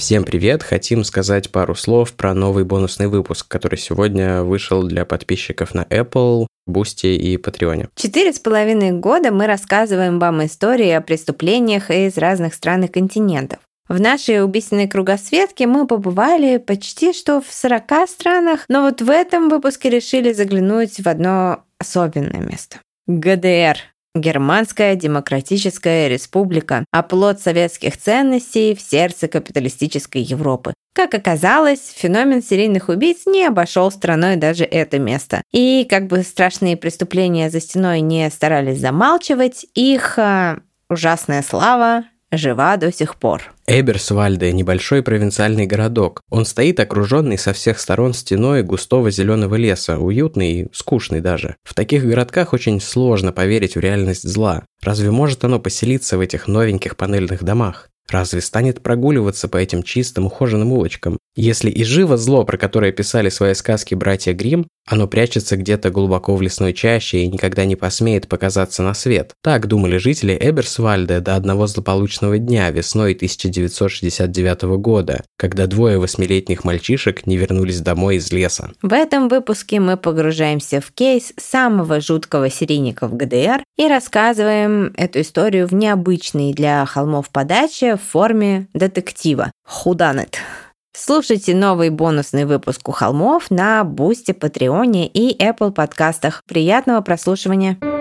Всем привет! Хотим сказать пару слов про новый бонусный выпуск, который сегодня вышел для подписчиков на Apple, Boosty и Patreon. 4,5 года мы рассказываем вам истории о преступлениях из разных стран и континентов. В нашей убийственной кругосветке мы побывали почти что в 40 странах, но вот в этом выпуске решили заглянуть в одно особенное место. ГДР. Германская Демократическая Республика, оплот советских ценностей в сердце капиталистической Европы. Как оказалось, феномен серийных убийц не обошел стороной даже это место. И как бы страшные преступления за стеной не старались замалчивать, их ужасная слава жива до сих пор. Эберсвальде – небольшой провинциальный городок. Он стоит окруженный со всех сторон стеной густого зеленого леса, уютный и скучный даже. В таких городках очень сложно поверить в реальность зла. Разве может оно поселиться в этих новеньких панельных домах? Разве станет прогуливаться по этим чистым ухоженным улочкам? Если и живо зло, про которое писали свои сказки братья Гримм, оно прячется где-то глубоко в лесной чаще и никогда не посмеет показаться на свет. Так думали жители Эберсвальде до одного злополучного дня весной 1969 года, когда двое 8-летних мальчишек не вернулись домой из леса. В этом выпуске мы погружаемся в кейс самого жуткого серийника в ГДР и рассказываем эту историю в необычной для холмов подаче в форме детектива Who Done It. Слушайте новый бонусный выпуск «У холмов» на Boosty, Patreon и Apple подкастах. Приятного прослушивания!